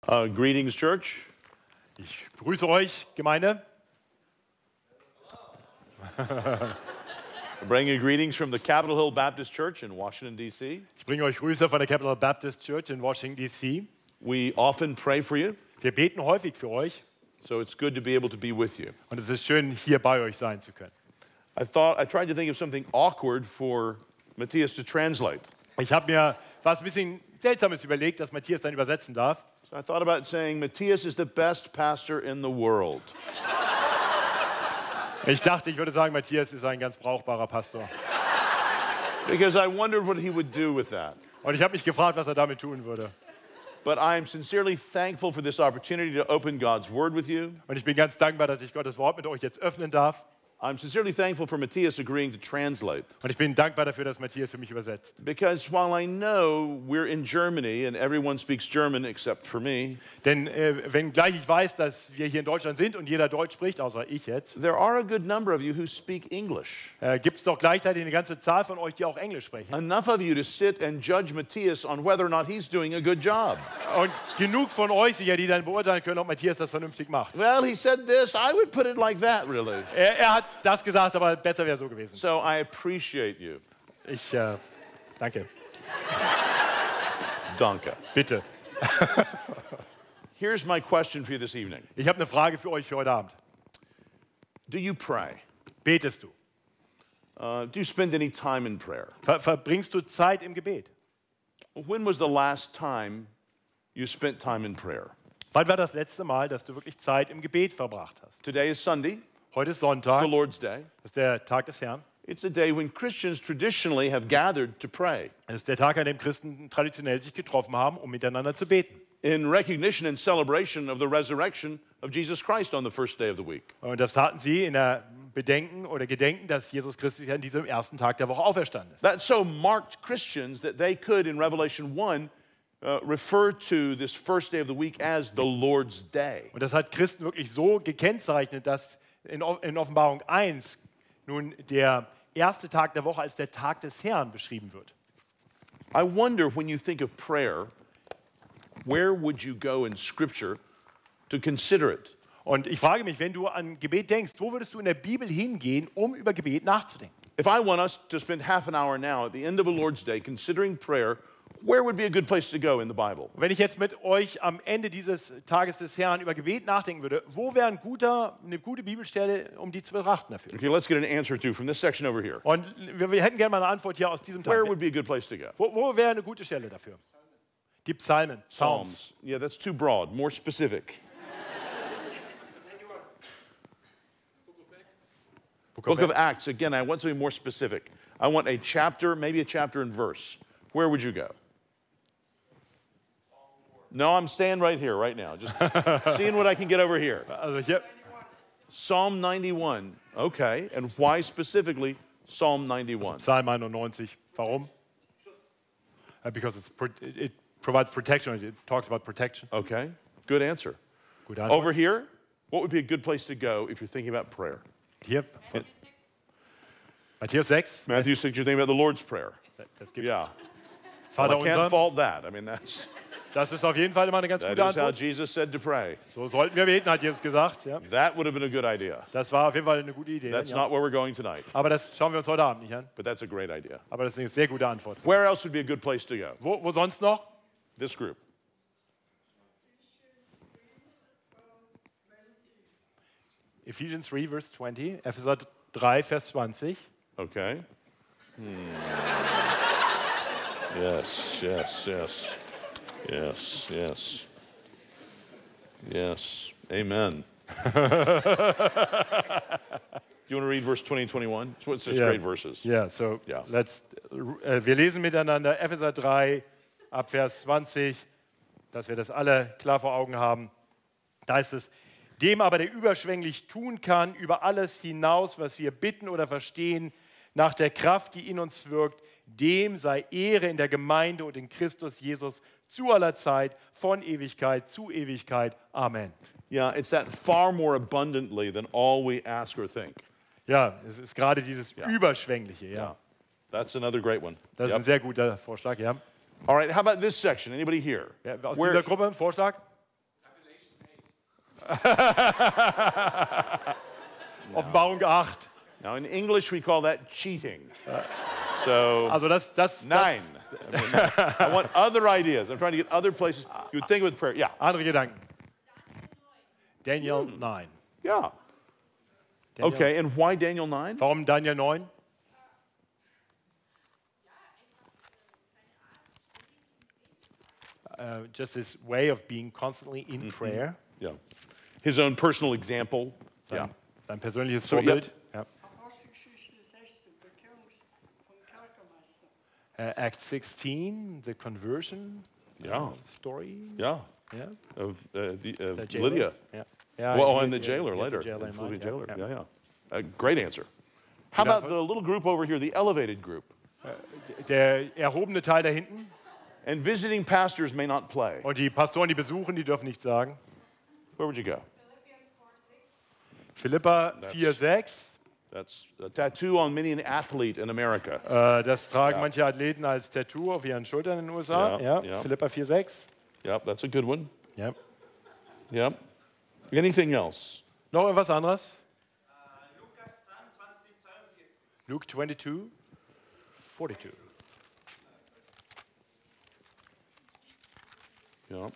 Greetings, church. Ich grüße euch, Gemeinde. Bringing greetings from the Capitol Hill Baptist Church in Washington, D.C. Ich bringe euch Grüße von der Capital Baptist Church in Washington, D.C. We often pray for you, Wir beten häufig für euch so it's good to be able to be with you. und es ist schön, hier bei euch sein zu können. I tried to think of something awkward for Matthias to translate. Ich habe mir was ein bisschen Seltsames überlegt, dass Matthias dann übersetzen darf. So I thought about saying, Matthias is the best pastor in the world. Ich dachte, ich würde sagen, Matthias ist ein ganz brauchbarer Pastor. Because I wondered what he would do with that. Und ich habe mich gefragt, was er damit tun würde. But I am sincerely thankful for this opportunity to open God's Word with you. Und ich bin ganz dankbar, dass ich Gottes Wort mit euch jetzt öffnen darf. I'm sincerely thankful for Matthias agreeing to translate. Und ich bin dankbar dafür, dass Matthias für mich übersetzt. Because while I know we're in Germany and everyone speaks German except for me, Denn wenngleich ich weiß, dass wir hier in Deutschland sind und jeder Deutsch spricht, außer ich jetzt, there are a good number of you who speak English. gibt es doch gleichzeitig eine ganze Zahl von euch, die auch Englisch sprechen. Enough of you to sit and judge Matthias on whether or not he's doing a good job. Und genug von euch sicher, die dann beurteilen können, ob Matthias das vernünftig macht. Well, he said this, I would put it like that, really. Er hat das gesagt, aber besser wäre so gewesen. So I appreciate you. Ich danke. Danke. Bitte. Here's my question for you this evening. Ich habe eine Frage für euch für heute Abend. Do you pray? Betest du? Do you spend any time in prayer? Verbringst du Zeit im Gebet? When was the last time you spent time in prayer? Wann war das letzte Mal, dass du wirklich Zeit im Gebet verbracht hast? Today is Sunday, Heute ist the Sonntag, Lord's Day. das ist der Tag des Herrn. It's a day when Christians traditionally have gathered to pray Es ist der Tag, an dem Christen traditionell sich getroffen haben, um miteinander zu beten. in recognition and celebration of the resurrection of Jesus Christ on the first day of the week. Und das taten sie in der Bedenken oder Gedenken, dass Jesus Christus ja an diesem ersten Tag der Woche auferstanden ist. That so marked Christians that they could, in Revelation 1, refer to this first day of the week as the Lord's Day. Und das hat Christen wirklich so gekennzeichnet, dass in Offenbarung 1 nun der erste Tag der Woche als der Tag des Herrn beschrieben wird. I wonder, when you think of prayer, where would you go in Scripture to consider it? Und ich frage mich, wenn du an Gebet denkst, wo würdest du in der Bibel hingehen, um über Gebet nachzudenken? If I want us to spend half an hour now at the end of a Lord's Day considering prayer, where would be a good place to go in the Bible? Wenn ich jetzt mit euch am Ende dieses Tages des Herrn über Gebet nachdenken würde, wo wäre eine gute Bibelstelle, um die zu betrachten dafür? Okay, let's get an answer to from this section over here. Und wir hätten gerne mal eine Antwort hier aus diesem Tag. Where would be a good place to go? Wo wäre eine gute Stelle dafür? Die Psalmen, Psalms. Yeah, that's too broad. More specific. Book of Acts. Again, I want something more specific. I want a chapter, maybe a chapter and verse. Where would you go? No, I'm staying right here, right now. Just seeing what I can get over here. Also hier, Psalm 91. Okay, and why specifically Psalm 91? Psalm 91. Warum? Because it provides protection. It talks about protection. Okay, good answer. Gute Antwort. Over here, what would be a good place to go if you're thinking about prayer? Hier, Matthäus 6. Matthew 6, you're thinking about the Lord's Prayer. Das gibt Yeah. Vater Well, I can't unser. fault that. I mean, Das ist auf jeden Fall immer eine ganz that gute is how Antwort. Jesus said to pray. So sollten wir beten, hat Jesus gesagt. Ja. That would have been a good idea. Das war auf jeden Fall eine gute Idee. That's Ja. not where we're going tonight, Aber das schauen wir uns heute Abend nicht an. but that's a great idea. Aber das ist eine sehr gute Antwort. Where else would be a good place to go? Wo sonst noch? This group. Ephesians 3, Vers 20. Epheser 3, Vers 20. Okay. Yes, yes, yes. Yes, yes. Yes. Amen. You want to read verse 20 and 21? It's what's such Yeah. great verses. Ja, so Ja. wir lesen miteinander Epheser 3 ab Vers 20, dass wir das alle klar vor Augen haben. Da heißt es, dem aber, der überschwänglich tun kann, über alles hinaus, was wir bitten oder verstehen, nach der Kraft, die in uns wirkt, dem sei Ehre in der Gemeinde und in Christus Jesus zu aller Zeit, von Ewigkeit zu Ewigkeit. Amen. Yeah, it's that far more abundantly than all we ask or think. Ja, es ist gerade dieses Überschwängliche. Ja. That's another great one. Das ist ein sehr guter Vorschlag. Ja. All right, how about this section? Anybody here? Ja, aus Where- dieser Gruppe ein Vorschlag? Offenbarung 8. Now, in English, we call that cheating. So, Also das 9. I mean, I want other ideas. I'm trying to get other places. You would think with prayer. Yeah. andere Gedanken. Daniel 9. Yeah. Daniel. Okay, and why Daniel 9? Warum Daniel 9? Just his way of being constantly in prayer. Yeah. His own personal example. Yeah. Sein persönliches So, Vorbild. Ja. Apostelgeschichte 16, Bekehrungs vom Kerkermeister. Act 16, the conversion Yeah. story. Yeah. Yeah. Of The jailer. Lydia. Yeah. Yeah, Well, he- and the yeah, jailer yeah, later. The jailer in The mind, jailer. yeah. Yeah, yeah. Great answer. How Danke. about the little group over here, the elevated group? Der erhobene Teil da hinten. And visiting pastors may not play. Und die Pastoren, die besuchen, die dürfen nichts sagen. Where would you go? Philippa That's- 4,6. That's a tattoo on many an athlete in America. Das tragen Ja. manche Athleten als Tattoo auf ihren Schultern in den USA. Ja, Ja, ja. Philippa 4,6. Yep, that's a good one. Ja. Yep. Anything else? Noch irgendwas anderes? Lukas 22, 42. Luke 22, 42. Yeah.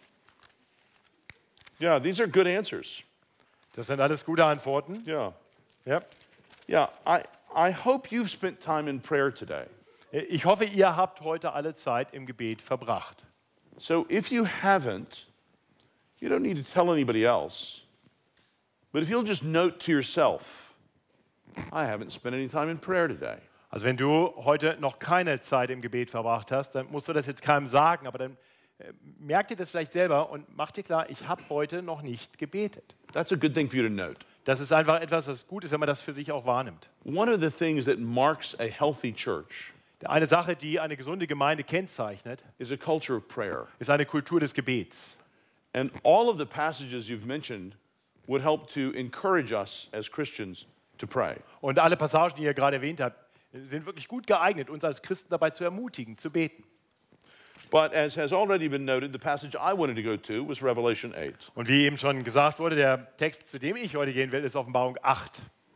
Yeah, these are good answers. Das sind alles gute Antworten. Yeah. Ja. Yeah, I hope you've spent time in prayer today. Ich hoffe, ihr habt heute alle Zeit im Gebet verbracht. So if you haven't, you don't need to tell anybody else. But if you'll just note to yourself, I haven't spent any time in prayer today. Also wenn du heute noch keine Zeit im Gebet verbracht hast, dann musst du das jetzt keinem sagen, aber dann merk dir das vielleicht selber und mach dir klar, ich habe heute noch nicht gebetet. That's a good thing for you to note. Das ist einfach etwas, was gut ist, wenn man das für sich auch wahrnimmt. One of the things that marks a healthy church Eine Sache, die eine gesunde Gemeinde kennzeichnet, is a culture of prayer. ist eine Kultur des Gebets. And all of the passages you've mentioned would help to encourage us as Christians to pray. Und alle Passagen, die ihr gerade erwähnt habt, sind wirklich gut geeignet, uns als Christen dabei zu ermutigen, zu beten. But as has already been noted, the passage I wanted to go to was Revelation 8. Und wie eben schon gesagt wurde, der Text, zu dem ich heute gehen will, ist Offenbarung 8.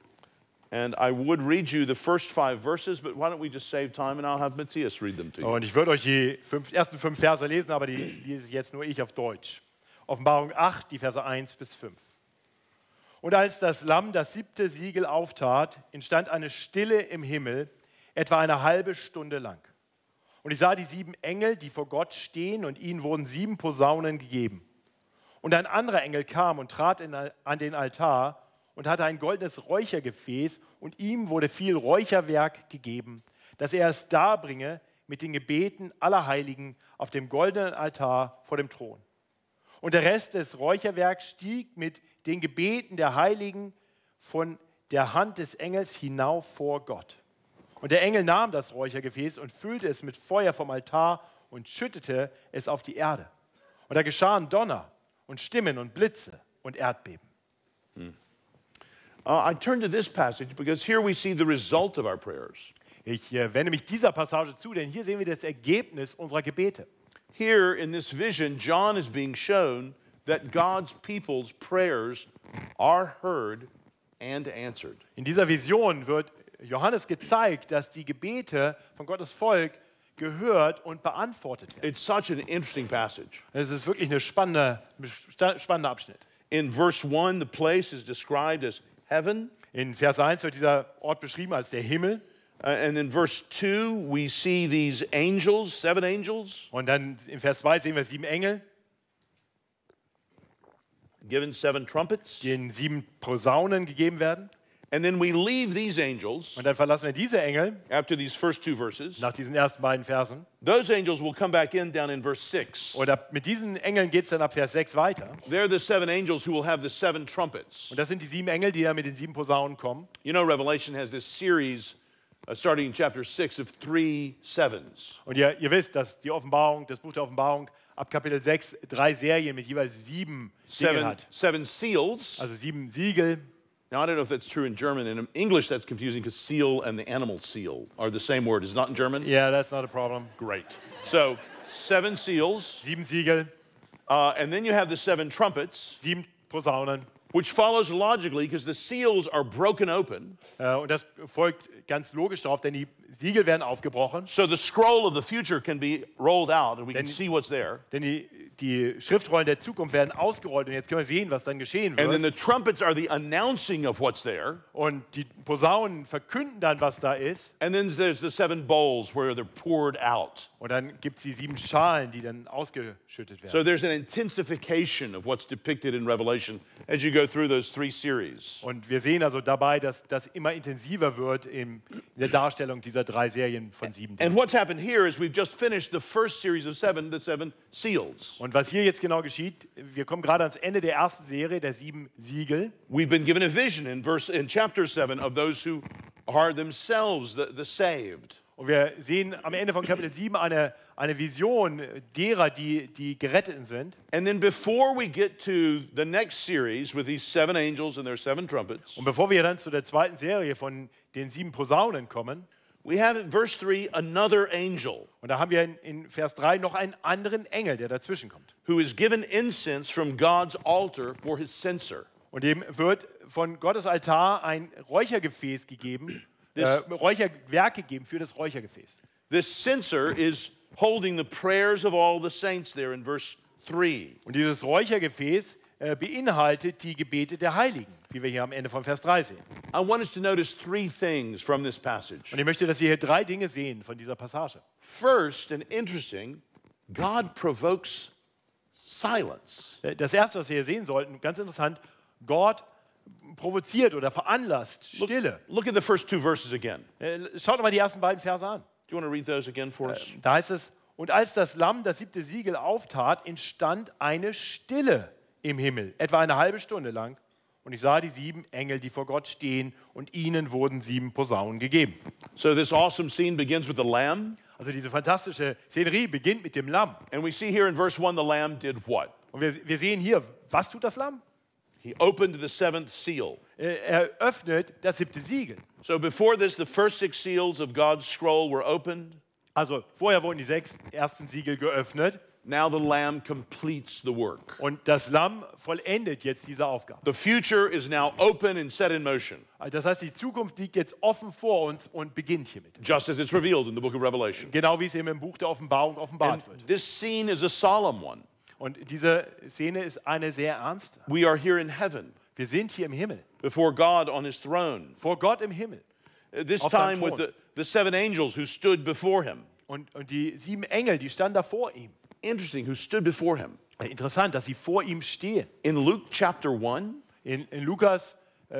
And I would read you the first 5 verses, but why don't we just save time and I'll have Matthias read them to you. Und ich würde euch die ersten 5 Verse lesen, aber die lese jetzt nur ich auf Deutsch. Offenbarung 8, die Verse 1 bis 5. Und als das Lamm das 7. Siegel auftat, entstand eine Stille im Himmel, etwa eine halbe Stunde lang. Und ich sah die 7 Engel, die vor Gott stehen, und ihnen wurden 7 Posaunen gegeben. Und ein anderer Engel kam und trat an den Altar und hatte ein goldenes Räuchergefäß, und ihm wurde viel Räucherwerk gegeben, dass er es darbringe mit den Gebeten aller Heiligen auf dem goldenen Altar vor dem Thron. Und der Rest des Räucherwerks stieg mit den Gebeten der Heiligen von der Hand des Engels hinauf vor Gott. Und der Engel nahm das Räuchergefäß und füllte es mit Feuer vom Altar und schüttete es auf die Erde. Und da geschahen Donner und Stimmen und Blitze und Erdbeben. I turn to this passage because here we see the result of our prayers. Ich wende mich dieser Passage zu, denn hier sehen wir das Ergebnis unserer Gebete. Here in this vision, John is being shown that God's people's prayers are heard and answered. In dieser Vision wird Johannes gezeigt, dass die Gebete von Gottes Volk gehört und beantwortet werden. It's such an interesting passage. Es ist wirklich ein spannender Abschnitt. In verse 1, the place is described as heaven. In Vers 1 wird dieser Ort beschrieben als der Himmel. And in verse 2, we see these angels, 7 angels, Und dann in Vers 2 sehen wir 7 Engel, given 7 trumpets. denen 7 Posaunen gegeben werden. And then we leave these angels Und dann verlassen wir diese Engel after these first 2 verses. nach diesen ersten beiden Versen. Those angels will come back in down in verse 6. Und mit diesen Engeln geht es dann ab Vers 6 weiter. They're the 7 angels who will have the 7 trumpets. Und das sind die 7 Engel, die dann mit den 7 Posaunen kommen. You know, Revelation has this series starting in chapter 6 of 3 sevens. Und ihr wisst, dass die Offenbarung, das Buch der Offenbarung ab Kapitel 6 3 Serien mit jeweils 7 Siegeln hat. 7 seals. Also 7 Siegel. Now, I don't know if that's true in German. In English, that's confusing because seal and the animal seal are the same word. Is it not in German? Yeah, that's not a problem. Great. So, 7 seals. 7 Siegel, And then you have the 7 trumpets. 7 Posaunen. which follows logically because the seals are broken open. Und das folgt ganz logisch darauf, denn die Siegel werden aufgebrochen. So the scroll of the future can be rolled out and we can Then- see what's there. Denn die Schriftrollen der Zukunft werden ausgerollt und jetzt können wir sehen, was dann geschehen And then wird. the trumpets are the announcing of what's there. Und die Posaunen verkünden dann, was da ist. And then there's the 7 bowls where they're poured out. Und dann gibt es die 7 Schalen, die dann ausgeschüttet werden. So there's an intensification of what's depicted in Revelation as you go through those 3 series. Und wir sehen also dabei, dass das immer intensiver wird in der Darstellung dieser 3 Serien von 7. And what's happened here is we've just finished the first series of 7, the 7 seals. Und was hier jetzt genau geschieht, wir kommen gerade ans Ende der ersten Serie, der 7 Siegel. We've been given a vision in chapter 7 of those who are themselves the saved. Und wir sehen am Ende von Kapitel 7 eine Vision derer, die Geretteten sind. And then before we get to the next series with these 7 angels and their 7 trumpets, Und bevor wir dann zu der zweiten Serie von den 7 Posaunen kommen, we have in verse 3 another angel und da haben wir in Vers 3 noch einen anderen Engel, der dazwischen kommt. who is given incense from God's altar for his censer. Und dem wird von Gottes Altar ein Räuchergefäß gegeben, Räucherwerk gegeben für das Räuchergefäß. This censer is holding the prayers of all the saints there in verse 3. Und dieses Räuchergefäß beinhaltet die Gebete der Heiligen, wie wir hier am Ende von Vers 3 sehen. I want us to notice 3 things from this passage. Und ich möchte, dass wir hier 3 Dinge sehen von dieser Passage. First, and interesting, God provokes silence. Das erste, was wir hier sehen sollten, ganz interessant, Gott provoziert oder veranlasst Stille. Look at the first 2 verses again. Schaut doch mal die ersten beiden Verse an. Do you want to read those again for us? Da heißt es, und als das Lamm das 7. Siegel auftat, entstand eine Stille im Himmel, etwa eine halbe Stunde lang. Und ich sah die 7 Engel, die vor Gott stehen, und ihnen wurden 7 Posaunen gegeben. So this awesome scene begins with the lamb, Also diese fantastische Szenerie beginnt mit dem Lamm. and we see here in verse 1 the lamb did what? Und wir sehen hier, was tut das Lamm? He opened the 7th seal. Er öffnet das 7. Siegel. So before this, the first 6 seals of God's scroll were opened. Also vorher wurden die 6 ersten Siegel geöffnet Now the lamb completes the work. und das Lamm vollendet jetzt diese Aufgabe. The future is now open and set in motion, Das heißt, die Zukunft liegt jetzt offen vor uns und beginnt hiermit. just as it's revealed in the book of Revelation. Genau wie es eben im Buch der Offenbarung offenbart And wird. this scene is a solemn one. Und diese Szene ist eine sehr ernste. We are here in heaven Wir sind hier im Himmel, before God on his throne. vor Gott im Himmel. This Auf seinem time with Thron. the 7 angels who stood before him. Und die 7 Engel, die standen da vor ihm. Interesting, who stood before him. Interessant, dass sie vor ihm stehen. In Luke chapter 1, In Lukas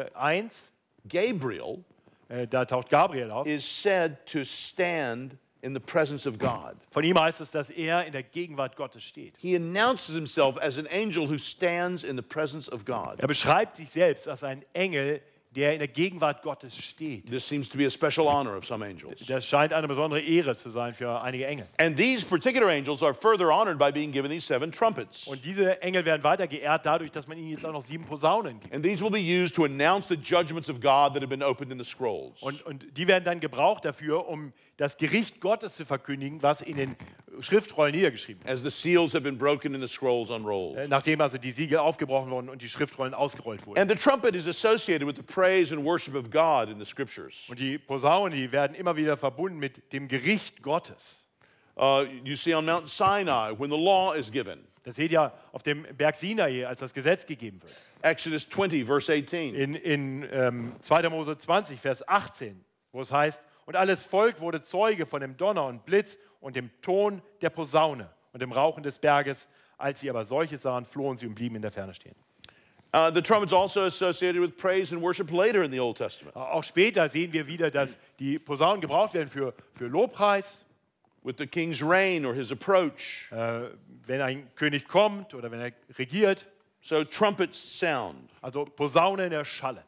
1, Gabriel da taucht Gabriel auf. is said to stand in the presence of God. Von ihm heißt es, dass er in der Gegenwart Gottes steht. He announces himself as an angel who stands in the presence of God. Er beschreibt sich selbst als ein Engel, der in der Gegenwart Gottes steht. This seems to be a special honor of some angels. Das scheint eine besondere Ehre zu sein für einige Engel. And these particular angels are further honored by being given these 7 trumpets. Und diese Engel werden weiter geehrt dadurch, dass man ihnen jetzt auch noch 7 Posaunen gibt. And these will be used to announce the judgments of God that have been opened in the scrolls. Und die werden dann gebraucht dafür, um das Gericht Gottes zu verkündigen, was in den Schriftrollen niedergeschrieben ist. As the seals have been broken and the scrolls unrolled. Nachdem also die Siegel aufgebrochen wurden und die Schriftrollen ausgerollt wurden. And the trumpet is associated with the praise and worship of God in the scriptures. Und die Posaunen, die werden immer wieder verbunden mit dem Gericht Gottes. You see on Mount Sinai when the law is given. Das seht ihr auf dem Berg Sinai, als das Gesetz gegeben wird. Exodus 20, verse 18. In 2. Mose 20, Vers 18, wo es heißt, und alles Volk wurde Zeuge von dem Donner und Blitz und dem Ton der Posaune und dem Rauchen des Berges. Als sie aber solches sahen, flohen sie und blieben in der Ferne stehen. The trumpet's also associated with praise and worship later in the Old Testament. Auch später sehen wir wieder, dass die Posaunen gebraucht werden für Lobpreis, With the king's reign or his approach. wenn ein König kommt oder wenn er regiert. So trumpets sound. Also Posaunen erschallen.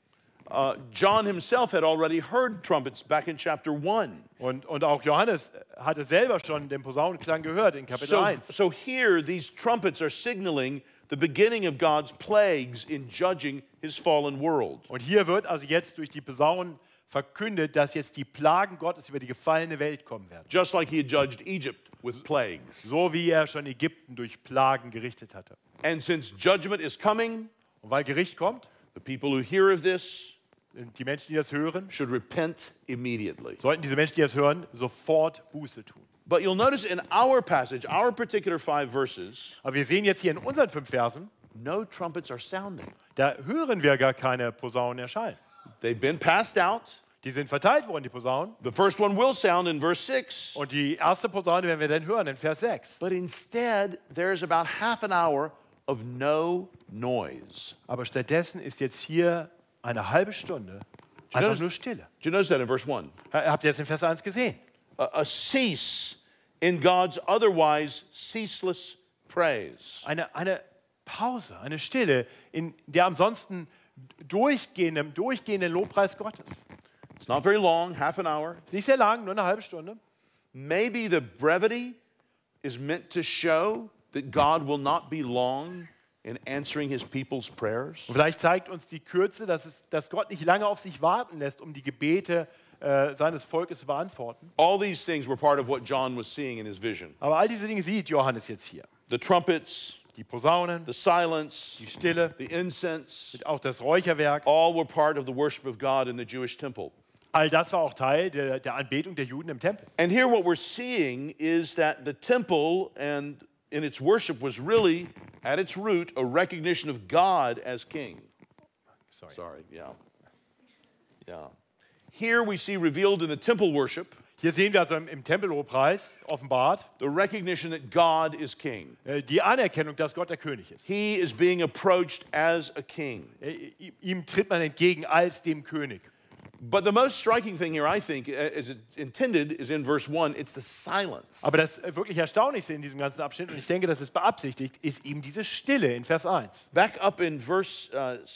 John himself had already heard trumpets back in chapter 1. Und auch Johannes hatte selber schon den Posaunenklang gehört in Kapitel So, 1. so here, these trumpets are signaling the beginning of God's plagues in judging his fallen world. Und hier wird also jetzt durch die Posaunen verkündet, dass jetzt die Plagen Gottes über die gefallene Welt kommen werden. Just like he had judged Egypt with plagues. So wie er schon Ägypten durch Plagen gerichtet hatte. And since judgment is coming, Und weil Gericht kommt, the people who hear of this die Menschen, die das hören, should repent immediately. sollten diese Menschen, die das hören, sofort Buße tun. But you'll notice in our passage, our particular 5 verses, Aber wir sehen jetzt hier in unseren 5 Versen, no trumpets are sounding. da hören wir gar keine Posaunen erschallen. They've been passed out. Die sind verteilt worden, die Posaunen. The first one will sound in verse 6. Und die erste Posaune werden wir dann hören in Vers 6. But instead, there's about half an hour of no noise. Aber stattdessen ist jetzt hier eine halbe Stunde einfach nur Stille. Did you notice that in verse 1? Habt ihr das in Vers 1 gesehen? A cease in God's otherwise ceaseless praise. Eine Pause, eine Stille in der ansonsten durchgehenden Lobpreis Gottes. It's not very long, half an hour. Ist nicht sehr lang, nur eine halbe Stunde. Maybe the brevity is meant to show that God will not be long in answering his people's prayers. Und vielleicht zeigt uns die Kürze, dass Gott nicht lange auf sich warten lässt, um die Gebete seines Volkes zu beantworten. All these things were part of what John was seeing in his vision. Aber all diese Dinge sieht Johannes jetzt hier. The trumpets, Die Posaunen, the silence, die Stille, the incense, auch das Räucherwerk. all were part of the worship of God in the Jewish temple. All das war auch Teil der Anbetung der Juden im Tempel. And here what we're seeing is that the temple and in its worship was really at its root a recognition of God as king. Sorry, yeah. Yeah. Here we see revealed in the temple worship Hier sehen wir also im Tempellobpreis offenbart the recognition that God is king. Die Anerkennung, dass Gott der König ist. He is being approached as a king. Ihm tritt man entgegen als dem König. But the most striking thing here, I think, as it's intended, is in verse 1, it's the silence. Aber das wirklich Erstaunlichste in diesem ganzen Abschnitt, und ich denke, das ist beabsichtigt, ist eben diese Stille in Vers 1. Back up in verse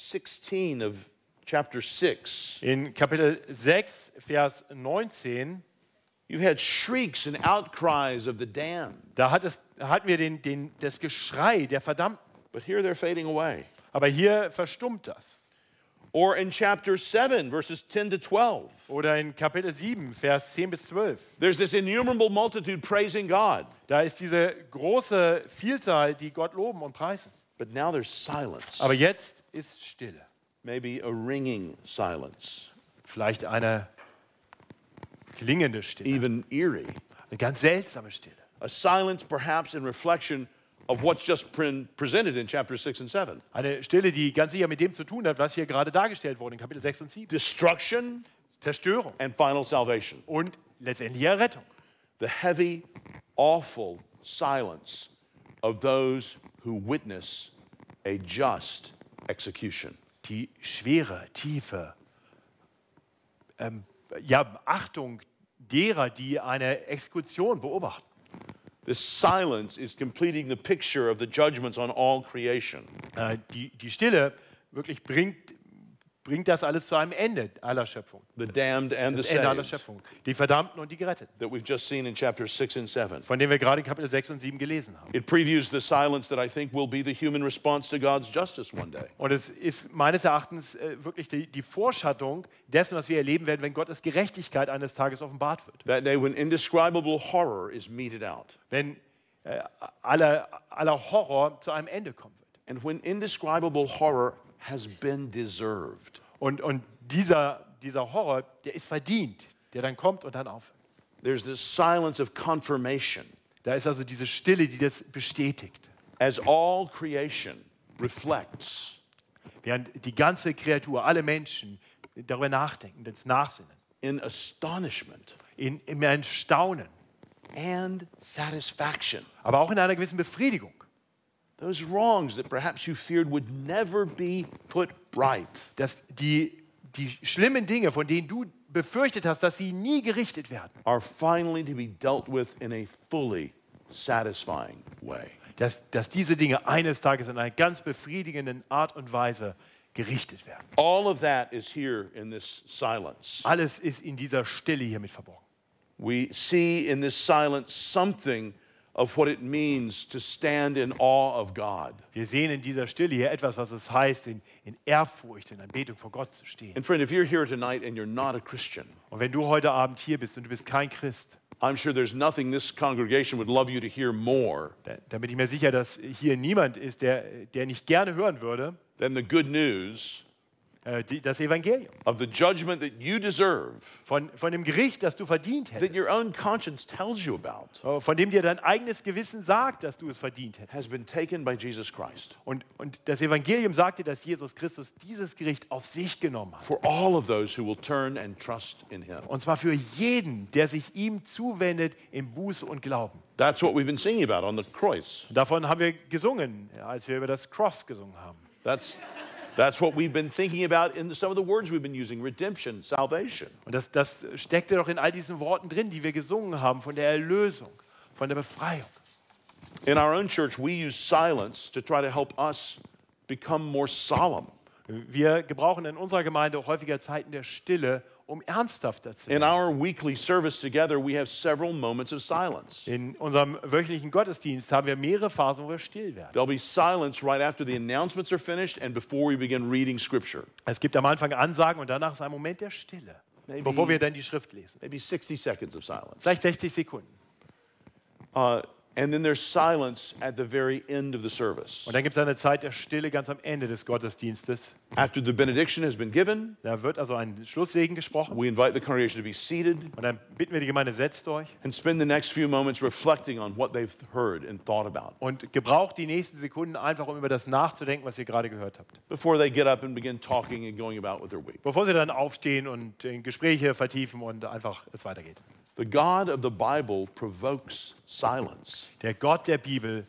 16 of chapter 6, In Kapitel 6, Vers 19, you've had shrieks and outcries of the damned. da hatten wir das Geschrei der Verdammten. But here they're fading away. Aber hier verstummt das. Or in chapter 7, verses 10 to 12, Oder in Kapitel 7, Vers 10 bis 12. there's this innumerable multitude praising God. Da ist diese große Vielzahl, die Gott loben und preisen. But now there's silence. Aber jetzt ist Stille. Maybe a ringing silence, Vielleicht eine klingende Stille. even eerie. Eine ganz seltsame Stille. A silence perhaps in reflection of what's just presented in chapter 6 and 7. Eine Stille, die ganz sicher mit dem zu tun hat, was hier gerade dargestellt wurde in Kapitel 6 und 7. Destruction Zerstörung and final salvation. und letztendlich Errettung. The heavy, awful silence of those who witness a just execution. Die schwere, tiefe Achtung derer, die eine Exekution beobachten. This silence is completing the picture of the judgments on all creation. Die Stille wirklich bringt das alles zu einem Ende aller Schöpfung. The damned and the Das Ende aller saved Schöpfung. Die Verdammten und die Geretteten, that we've just seen in chapter 6 and 7. von denen wir gerade in Kapitel 6 und 7 gelesen haben. It previews the silence that I think will be the human response to God's justice one day. Und es ist meines Erachtens wirklich die Vorschattung dessen, was wir erleben werden, wenn Gottes Gerechtigkeit eines Tages offenbart wird. That day when indescribable horror is meted out. Wenn aller Horror zu einem Ende kommen wird. And when indescribable horror has been deserved. Und dieser Horror, der ist verdient, der dann kommt und dann aufhört. There's this silence of confirmation Da ist also diese Stille, die das bestätigt. as all creation reflects Während die ganze Kreatur, alle Menschen darüber nachdenken, das Nachsinnen, in astonishment im Erstaunen, and satisfaction. aber auch in einer gewissen Befriedigung. Those wrongs that perhaps you feared would never be put right Dass die schlimmen Dinge, von denen du befürchtet hast, dass sie nie gerichtet werden, are finally to be dealt with in a fully satisfying way. dass diese Dinge eines Tages in einer ganz befriedigenden Art und Weise gerichtet werden. All of that is here in this silence. Alles ist in dieser Stille hier mit verborgen. We see in this silence something of what it means to stand in awe of God. Wir sehen in dieser Stille hier etwas, was es heißt, in Ehrfurcht, in Anbetung vor Gott zu stehen. And friend, if you're here tonight and you're not a Christian, Und wenn du heute Abend hier bist und du bist kein Christ, I'm sure there's nothing this congregation would love you to hear more da bin ich mir sicher, dass hier niemand ist, der nicht gerne hören würde, than the good news das Evangelium. of the judgment that you deserve, Von dem Gericht, das du verdient that hättest. your own conscience tells you about, Von dem dir dein eigenes Gewissen sagt, dass du es verdient hättest. has been taken by Jesus Christ Und das Evangelium sagt dir, dass Jesus Christus dieses Gericht auf sich genommen hat. for all of those who will turn and trust in him. Und zwar für jeden, der sich ihm zuwendet in Buße und Glauben. That's what we've been singing about on the cross. Davon haben wir gesungen, ja, als wir über das Cross gesungen haben. That's what we've been thinking about in some of the words we've been using: redemption, salvation. Und das steckte doch in all diesen Worten drin, die wir gesungen haben, von der Erlösung, von der Befreiung. In our own church, we use silence to try to help us become more solemn. Wir gebrauchen in unserer Gemeinde häufiger Zeiten der Stille, um ernsthafter zu In werden. our weekly service together, we have several moments of silence. In unserem wöchentlichen Gottesdienst haben wir mehrere Phasen, wo wir still werden. There'll be silence right after the announcements are finished and before we begin reading Scripture. Es gibt am Anfang Ansagen und danach ist ein Moment der Stille, Maybe- bevor wir dann die Schrift lesen. Maybe 60 seconds of silence. Vielleicht 60 Sekunden. And then there's silence at the very end of the service. Und dann gibt es eine Zeit der Stille ganz am Ende des Gottesdienstes. After the benediction has been given, Da wird also ein Schlusssegen gesprochen. we invite the congregation to be seated Und dann bitten wir die Gemeinde, setzt euch and spend the next few moments reflecting on what they've heard and thought about und gebraucht die nächsten Sekunden einfach, um über das nachzudenken, was ihr gerade gehört habt. before they get up and begin talking and going about with their week. Bevor sie dann aufstehen und in Gespräche vertiefen und einfach es weitergeht. The God of the Bible provokes silence. Der Gott der Bibel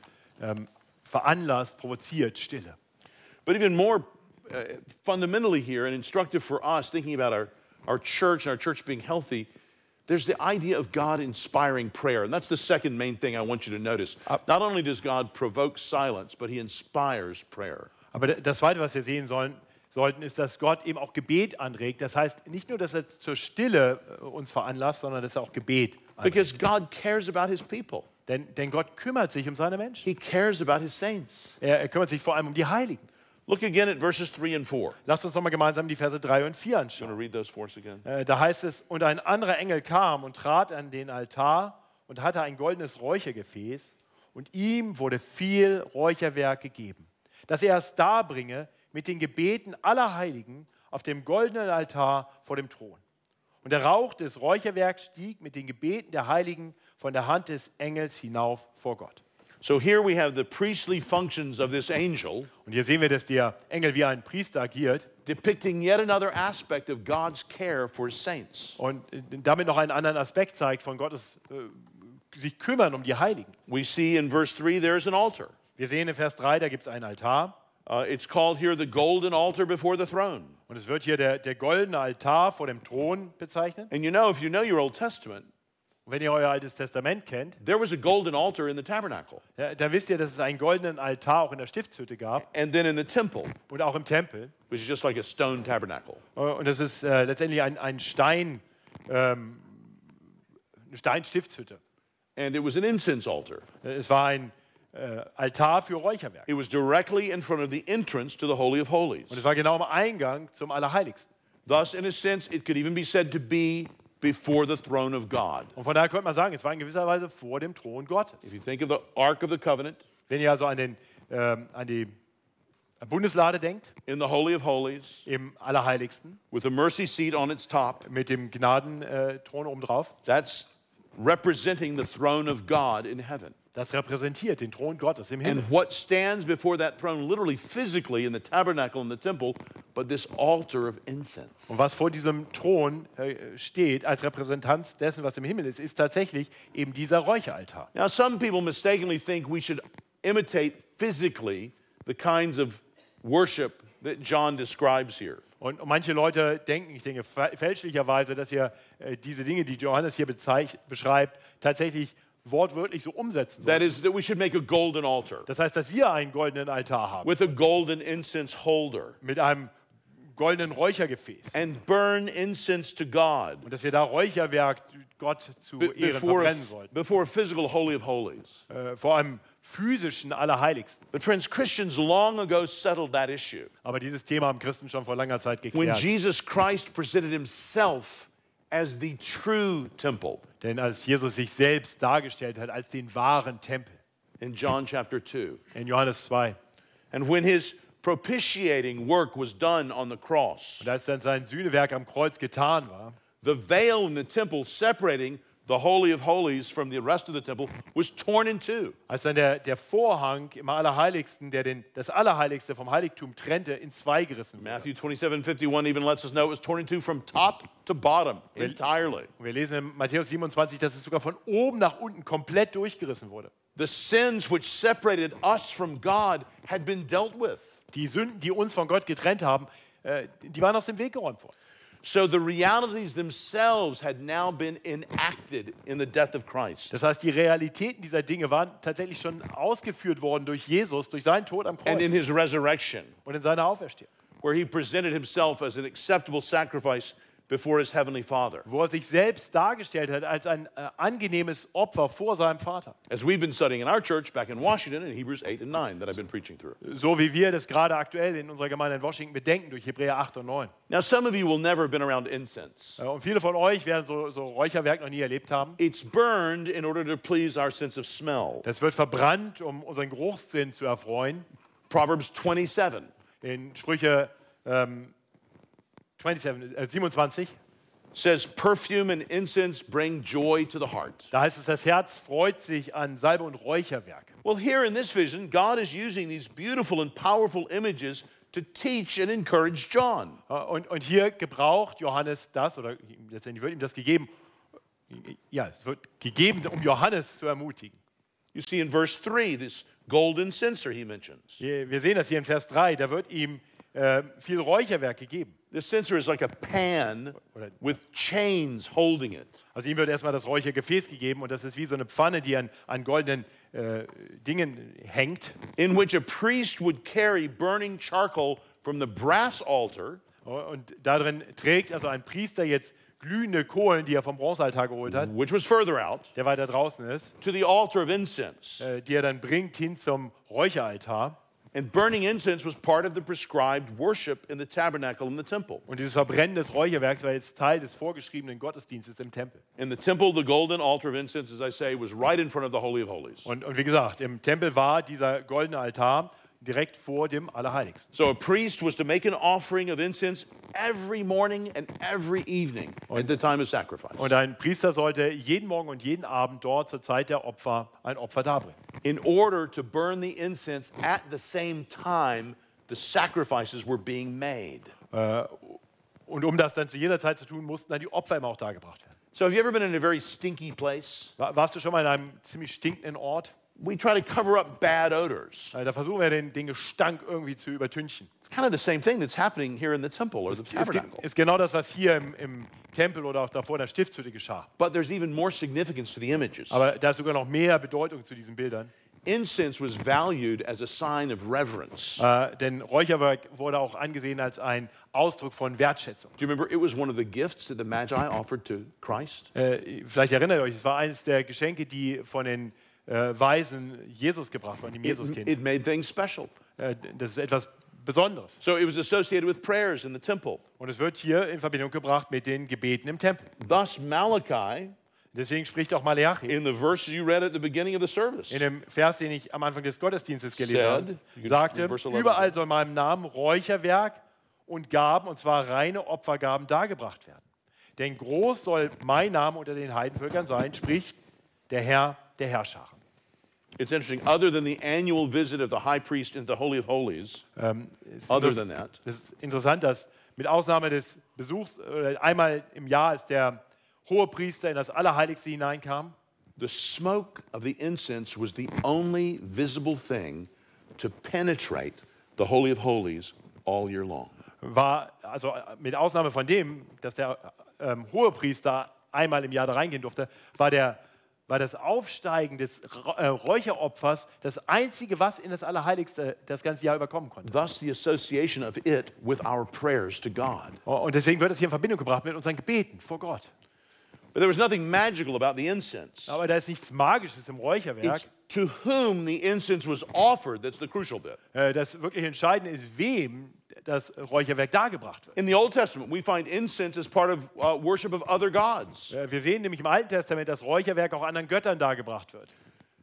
veranlasst, provoziert Stille. But even more fundamentally here and instructive for us, thinking about our church and our church being healthy, there's the idea of God inspiring prayer. And that's the second main thing I want you to notice. Not only does God provoke silence, but he inspires prayer. Aber das Zweite, was wir sehen sollten, ist, dass Gott eben auch Gebet anregt. Das heißt, nicht nur, dass er zur Stille uns veranlasst, sondern dass er auch Gebet anregt. Because God cares about his people. Denn Gott kümmert sich um seine Menschen. He cares about his saints. Er kümmert sich vor allem um die Heiligen. Look again at verses 3 and 4. Lasst uns nochmal gemeinsam die Verse 3 und 4 You anschauen. want to read those for us again? Da heißt es, und ein anderer Engel kam und trat an den Altar und hatte ein goldenes Räuchergefäß und ihm wurde viel Räucherwerk gegeben, dass er es darbringe mit den Gebeten aller Heiligen auf dem goldenen Altar vor dem Thron. Und der Rauch des Räucherwerks stieg mit den Gebeten der Heiligen von der Hand des Engels hinauf vor Gott. So here we have the priestly functions of this angel Und hier sehen wir, dass der Engel wie ein Priester agiert depicting yet another aspect of God's care for his saints. und damit noch einen anderen Aspekt zeigt von Gottes sich kümmern um die Heiligen. We see in verse 3 there's an altar. Wir sehen in Vers 3, da gibt es einen Altar. It's called here the golden altar before the throne. Und es wird hier der goldene Altar vor dem Thron bezeichnet. And you know, if you know your Old Testament, Und wenn ihr euer Altes Testament kennt, there was a golden altar in the tabernacle ja, dann wisst ihr, dass es einen goldenen Altar auch in der Stiftshütte gab and then in the temple, und auch im Tempel. which is just like a stone tabernacle. Und das ist letztendlich ein Stein, eine Steinstiftshütte. And it was an incense altar. Es war ein Altar für Räucherwerk. It was directly in front of the entrance to the Holy of Holies. Und es war genau am Eingang zum Allerheiligsten. Thus, in a sense, it could even be said to be before the throne of God. Und von daher könnte man sagen, es war in gewisser Weise vor dem Thron Gottes. If you think of the Ark of the Covenant Wenn ihr also an die Bundeslade denkt, in the Holy of Holies, im Allerheiligsten, with a mercy seat on its top, mit dem Gnadenthron obendrauf, that's representing the throne of God in heaven. das repräsentiert den Thron Gottes im Himmel. And what stands before that throne, literally physically in the tabernacle and the temple, but this altar of incense. Und was vor diesem Thron steht, als Repräsentanz dessen, was im Himmel ist, ist tatsächlich eben dieser Räucheraltar. Now, some people mistakenly think we should imitate physically the kinds of worship that John describes here. Und manche Leute denken, ich denke fälschlicherweise, dass ihr diese Dinge, die Johannes hier beschreibt, tatsächlich wortwörtlich so umsetzen That sollen. is, that we should make a golden altar Das heißt, dass wir einen goldenen Altar haben with a golden incense holder mit einem goldenen Räuchergefäß and burn incense to God und dass wir da Räucherwerk Gott zu Ehren verbrennen sollten. before a physical Holy of Holies. Vor einem physischen Allerheiligsten. But friends, Christians long ago settled that issue. Aber dieses Thema haben Christen schon vor langer Zeit When geklärt. Jesus Christ presented himself as the true temple Denn als Jesus sich selbst dargestellt hat als den wahren Tempel in John chapter 2. in Johannes 2. And when his propitiating work was done on the cross, Und als dann sein Sühnewerk am Kreuz getan war, the veil in the temple separating the Holy of Holies from the rest of the temple was torn in two. als dann der Vorhang im Allerheiligsten, der das Allerheiligste vom Heiligtum trennte, in zwei gerissen wurde. Matthew 27:51 even lets us know it was torn in two from top to bottom entirely. Und wir lesen in Matthäus 27, dass es sogar von oben nach unten komplett durchgerissen wurde. The sins which separated us from God had been dealt with. Die Sünden, die uns von Gott getrennt haben, die waren aus dem Weg geräumt worden. So the realities themselves had now been enacted in the death of Christ. Das heißt, die Realitäten dieser Dinge waren tatsächlich schon ausgeführt worden durch Jesus, durch seinen Tod am And in Kreuz his resurrection, und in seiner Auferstehung, where he presented himself as an acceptable sacrifice before his heavenly Father. wo er sich selbst dargestellt hat als ein angenehmes Opfer vor seinem Vater. As we've been studying in our church back in Washington in Hebrews 8 and 9 that I've been preaching through. So wie wir das gerade aktuell in unserer Gemeinde in Washington bedenken durch Hebräer 8 und 9. Now, some of you will never have been around incense. Und viele von euch werden so Räucherwerk noch nie erlebt haben. It's burned in order to please our sense of smell. Das wird verbrannt, um unseren Geruchssinn zu erfreuen. Proverbs 27 In Sprüche 27 says, perfume and incense bring joy to the heart. da heißt es, das Herz freut sich an Salbe und Räucherwerk. Well, here in this vision, God is using these beautiful and powerful images to teach and encourage John. Und hier gebraucht Johannes das, oder letztendlich wird ihm das gegeben, ja, es wird gegeben, um Johannes zu ermutigen. You see in verse 3, this golden censer he mentions. Wir sehen das hier in Vers 3, da wird ihm viel Räucherwerk gegeben. This censer is like a pan with chains holding it. Also ihm wird erstmal das Räuchergefäß gegeben und das ist wie so eine Pfanne, die an goldenen Dingen hängt. In which a priest would carry burning charcoal from the brass altar Und darin trägt also ein Priester jetzt glühende Kohlen, die er vom Bronzealtar geholt hat, which was further out, der weiter draußen ist, to the altar of incense. die er dann bringt hin zum Räucheraltar. And burning incense was part of the prescribed worship in the tabernacle in the temple. Und dieses Verbrennen des Räucherwerks war jetzt Teil des vorgeschriebenen Gottesdienstes im Tempel. In the temple, the golden altar of incense, as I say, was right in front of the Holy of Holies. Und wie gesagt, im Tempel war dieser goldene Altar direkt vor dem Allerheiligsten. So a priest was to make an offering of incense every morning and every evening at the time of sacrifice. Und ein Priester sollte jeden Morgen und jeden Abend dort zur Zeit der Opfer ein Opfer darbringen. In order to burn the incense at the same time the sacrifices were being made. Und um das dann zu jeder Zeit zu tun, mussten dann die Opfer immer auch dargebracht werden. So have you ever been in a very stinky place? Warst du schon mal in einem ziemlich stinkenden Ort? We try to cover up bad odors. Da versuchen wir den Gestank irgendwie zu übertünchen. It's kind of the same thing that's happening here in the temple or the tabernacle. Ist genau das, was hier im Tempel oder auch davor in der Stiftshütte geschah. But there's even more significance to the images. Aber da ist sogar noch mehr Bedeutung zu diesen Bildern. Incense was valued as a sign of reverence. Denn Räucherwerk wurde auch angesehen als ein Ausdruck von Wertschätzung. Do you remember it was one of the gifts that the Magi offered to Christ? Vielleicht erinnert ihr euch, es war eines der Geschenke, die von den Weisen Jesus gebracht wurden, dem Jesuskind. It made things special. Das ist etwas Besonderes. So it was associated with prayers in the temple. Und es wird hier in Verbindung gebracht mit den Gebeten im Tempel. Thus Malachi, Deswegen spricht auch Malachi in the verse you read at the beginning of the service, in dem Vers, den ich am Anfang des Gottesdienstes gelesen Said, habe, sagte, verse 11. überall soll in meinem Namen Räucherwerk und Gaben, und zwar reine Opfergaben, dargebracht werden. Denn groß soll mein Name unter den Heidenvölkern sein, spricht der Herr der Herrscharen. it's interesting, other than the annual visit of the high priest into the Holy of Holies, other than that, Es ist interessant, dass mit Ausnahme des Besuchs, einmal im Jahr, als der Hohepriester in das Allerheiligste hineinkam, the smoke of the incense was the only visible thing to penetrate the Holy of Holies all year long. war, also mit Ausnahme von dem, dass der Hohepriester einmal im Jahr da reingehen durfte, war das Aufsteigen des Räucheropfers das Einzige, was in das Allerheiligste das ganze Jahr überkommen konnte. Thus, the association of it with our prayers to God. Und deswegen wird es hier in Verbindung gebracht mit unseren Gebeten vor Gott. But there was nothing magical about the incense. Aber da ist nichts Magisches im Räucherwerk. It's to whom the incense was offered that's the crucial bit. Das wirklich Entscheidende ist, wem das Räucherwerk dargebracht wird. In the Old Testament, we find incense as part of worship of other gods. Wir sehen nämlich im Alten Testament, dass Räucherwerk auch anderen Göttern dargebracht wird.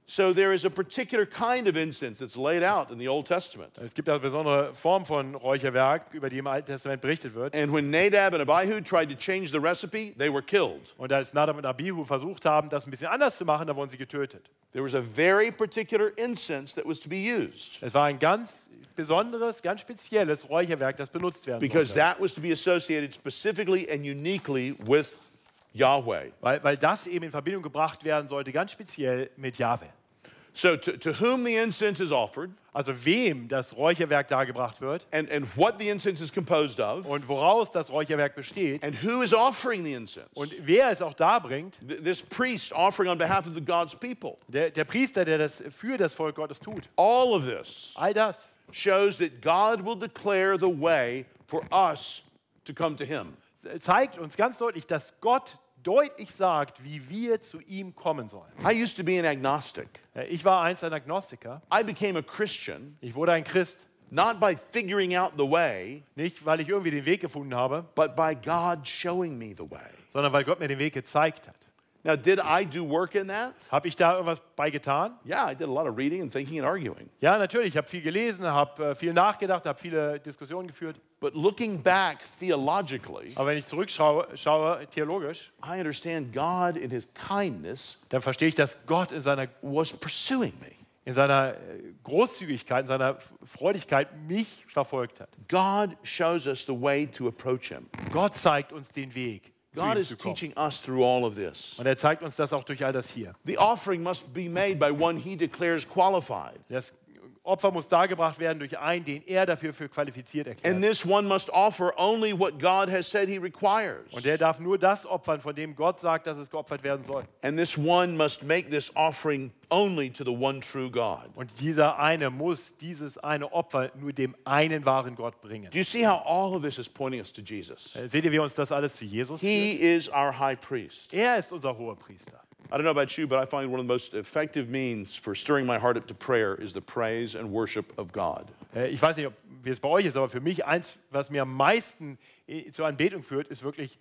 So there is a particular kind of incense that's laid out in the Old Testament. Es gibt eine besondere Form von Räucherwerk, über die im Alten Testament berichtet wird. And when Nadab and Abihu tried to change the recipe, they were killed. Und als Nadab und Abihu versucht haben, das ein bisschen anders zu machen, da wurden sie getötet. There was a very particular incense that was to be used Es war ein ganz besonderes, ganz spezielles Räucherwerk, das benutzt werden because sollte. that was to be associated specifically and uniquely with Yahweh. Weil das eben in Verbindung gebracht werden sollte, ganz speziell mit Jahwe. So to whom the incense is offered Also wem das Räucherwerk dargebracht wird and what the incense is composed of und woraus das Räucherwerk besteht and who is offering the incense. und wer es auch darbringt, This priest offering on behalf of the God's people. der Priester, der das für das Volk Gottes tut. All of this All das shows that God will declare the way for us to come to him. zeigt uns ganz deutlich, dass Gott deutlich sagt, wie wir zu ihm kommen sollen. I used to be an agnostic. Ich war einst ein Agnostiker. I became a Christian Ich wurde ein Christ, not by figuring out the way, nicht weil ich irgendwie den Weg gefunden habe, but by God showing me the way. sondern weil Gott mir den Weg gezeigt hat. Now, did I do work in that? Habe ich da irgendwas bei getan? Yeah, I did a lot of reading and thinking and arguing. Ja, natürlich. Ich habe viel gelesen, habe viel nachgedacht, habe viele Diskussionen geführt. But looking back theologically, Aber wenn ich zurückschaue theologisch, I understand God in his kindness dann verstehe ich, dass Gott in seiner was pursuing me. Großzügigkeit, in seiner Freudigkeit mich verfolgt hat. God shows us the way to approach him. Gott zeigt uns den Weg, zu God ihm is zu kommen. teaching us through all of this. Und er zeigt uns das auch durch all das hier. The offering must be made by one he declares qualified. Das Opfer muss dargebracht werden durch einen, den er dafür für qualifiziert And erklärt. this one must offer only what God has said he requires. Und der darf nur das opfern, von dem Gott sagt, dass es geopfert werden soll. And this one must make this offering only to the one true God. Und dieser eine muss dieses eine Opfer nur dem einen wahren Gott bringen. Do you see how all of this is pointing us to Jesus? Seht ihr, wie uns das alles zu Jesus führt? He is our high priest. Er ist unser hoher Priester. I don't know about you, but I find one of the most effective means for stirring my heart up to prayer is the praise and worship of God. Ich weiß nicht, wie es bei euch ist, aber für mich eins, was mir am meisten zur Anbetung führt, ist wirklich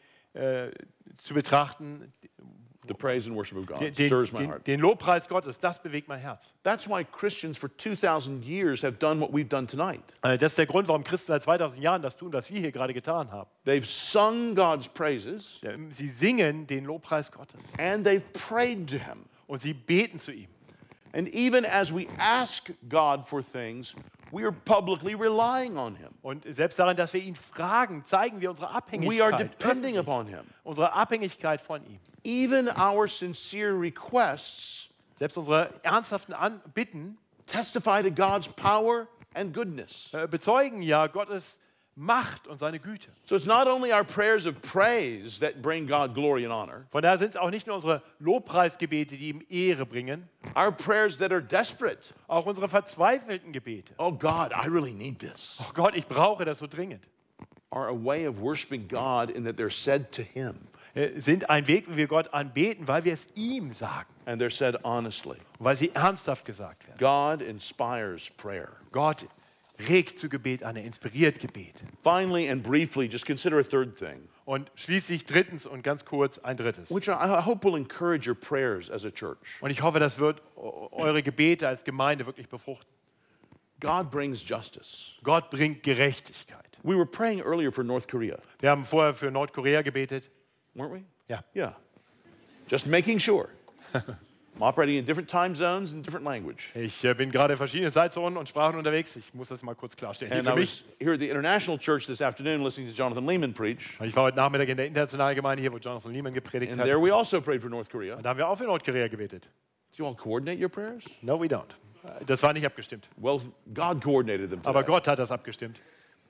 zu betrachten, The praise and worship of God stirs my heart. den Lobpreis Gottes. Das bewegt mein Herz. That's why Christians for 2,000 years have done what we've done tonight. Das ist der Grund, warum Christen seit 2000 Jahren das tun, was wir hier gerade getan haben. They've sung God's praises Sie singen den Lobpreis Gottes and they've prayed to him. und sie beten zu ihm. And even as we ask God for things, we are publicly relying on him. Und selbst daran, dass wir ihn fragen, zeigen wir unsere We are Abhängigkeit, depending öffentlich, upon him. unsere Abhängigkeit von ihm. Even our sincere requests Selbst unsere ernsthaften Bitten testify to God's power and goodness. bezeugen ja Gottes Macht und seine Güte. So it's not only our prayers of praise that bring God glory and honor, Von daher sind es auch nicht nur unsere Lobpreisgebete, die ihm Ehre bringen, our prayers that are desperate. auch unsere verzweifelten Gebete. Oh God, I really need this. Oh Gott, ich brauche das so dringend. Are a way of worshiping God in that they're said to him Sind ein Weg, wie wir Gott anbeten, weil wir es ihm sagen and they're said honestly. und weil sie ernsthaft gesagt werden. God inspires prayer. Gott regt zu Gebet an, er inspiriert Gebet. Finally and briefly, just consider a third thing, Und schließlich drittens und ganz kurz ein drittes. which I hope will encourage your prayers as a church. Und ich hoffe, das wird eure Gebete als Gemeinde wirklich befruchten. God brings justice. Gott bringt Gerechtigkeit. We were praying earlier for North Korea, Wir haben vorher für Nordkorea gebetet. weren't we? Ja. Yeah. Just making sure. I'm operating in different time zones and different language. Ich bin gerade in verschiedenen Zeitzonen und Sprachen unterwegs. Ich muss das mal kurz klarstellen. Hier And für I mich. was here at the International Church this afternoon listening to Jonathan Lehman preach. Ich war heute Nachmittag in der internationalen Gemeinde hier, wo Jonathan Lehman gepredigt And hat. there we also prayed for North Korea. Und da haben wir auch für Nordkorea gebetet. Do you all coordinate your prayers? No, we don't. Das war nicht abgestimmt. Well, God coordinated them Aber today. Gott hat das abgestimmt.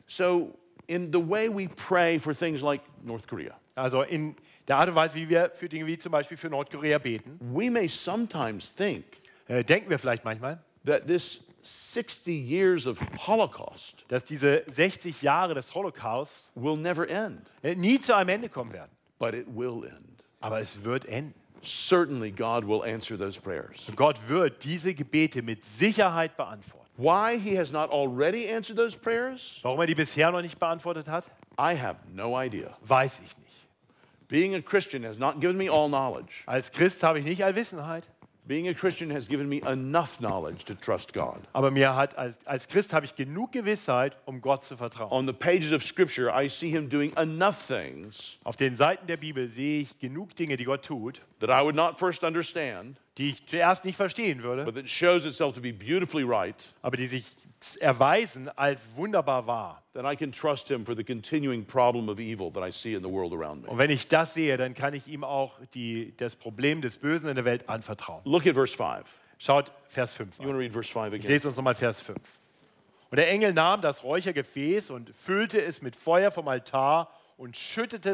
So in the way we pray for things like North Korea, Also in der Art und Weise, wie wir für Dinge wie zum Beispiel für Nordkorea beten, we may sometimes think denken wir vielleicht manchmal, that this 60 years of Holocaust dass diese 60 Jahre des Holocaust will never end, nie zu einem Ende kommen werden. but it will end. Aber es wird enden. Certainly God will answer those prayers. Und Gott wird diese Gebete mit Sicherheit beantworten. Why he has not already answered those prayers, Warum er die bisher noch nicht beantwortet hat, I have no idea. weiß ich nicht. Being a Christian has not given me all knowledge, Als Christ habe ich nicht Allwissenheit, Being a Christian has given me enough knowledge to trust God. Aber mir hat als Christ habe ich genug Gewissheit, um Gott zu vertrauen. On the pages of Scripture, I see him doing enough things Auf den Seiten der Bibel sehe ich genug Dinge, die Gott tut, that I would not first understand, die ich zuerst nicht verstehen würde, but that shows itself to be beautifully right, aber die sich erweisen als wunderbar wahr. that I can trust him for the continuing problem of evil that I see in the world around me. Und wenn ich das sehe, dann kann ich ihm auch das Problem des Bösen in der Welt anvertrauen. Look at verse 5. Schaut Vers 5 You want an. to read verse 5 Ich again? lese uns nochmal Vers 5. Und der Engel nahm das Räuchergefäß und füllte es mit Feuer vom Altar und schüttete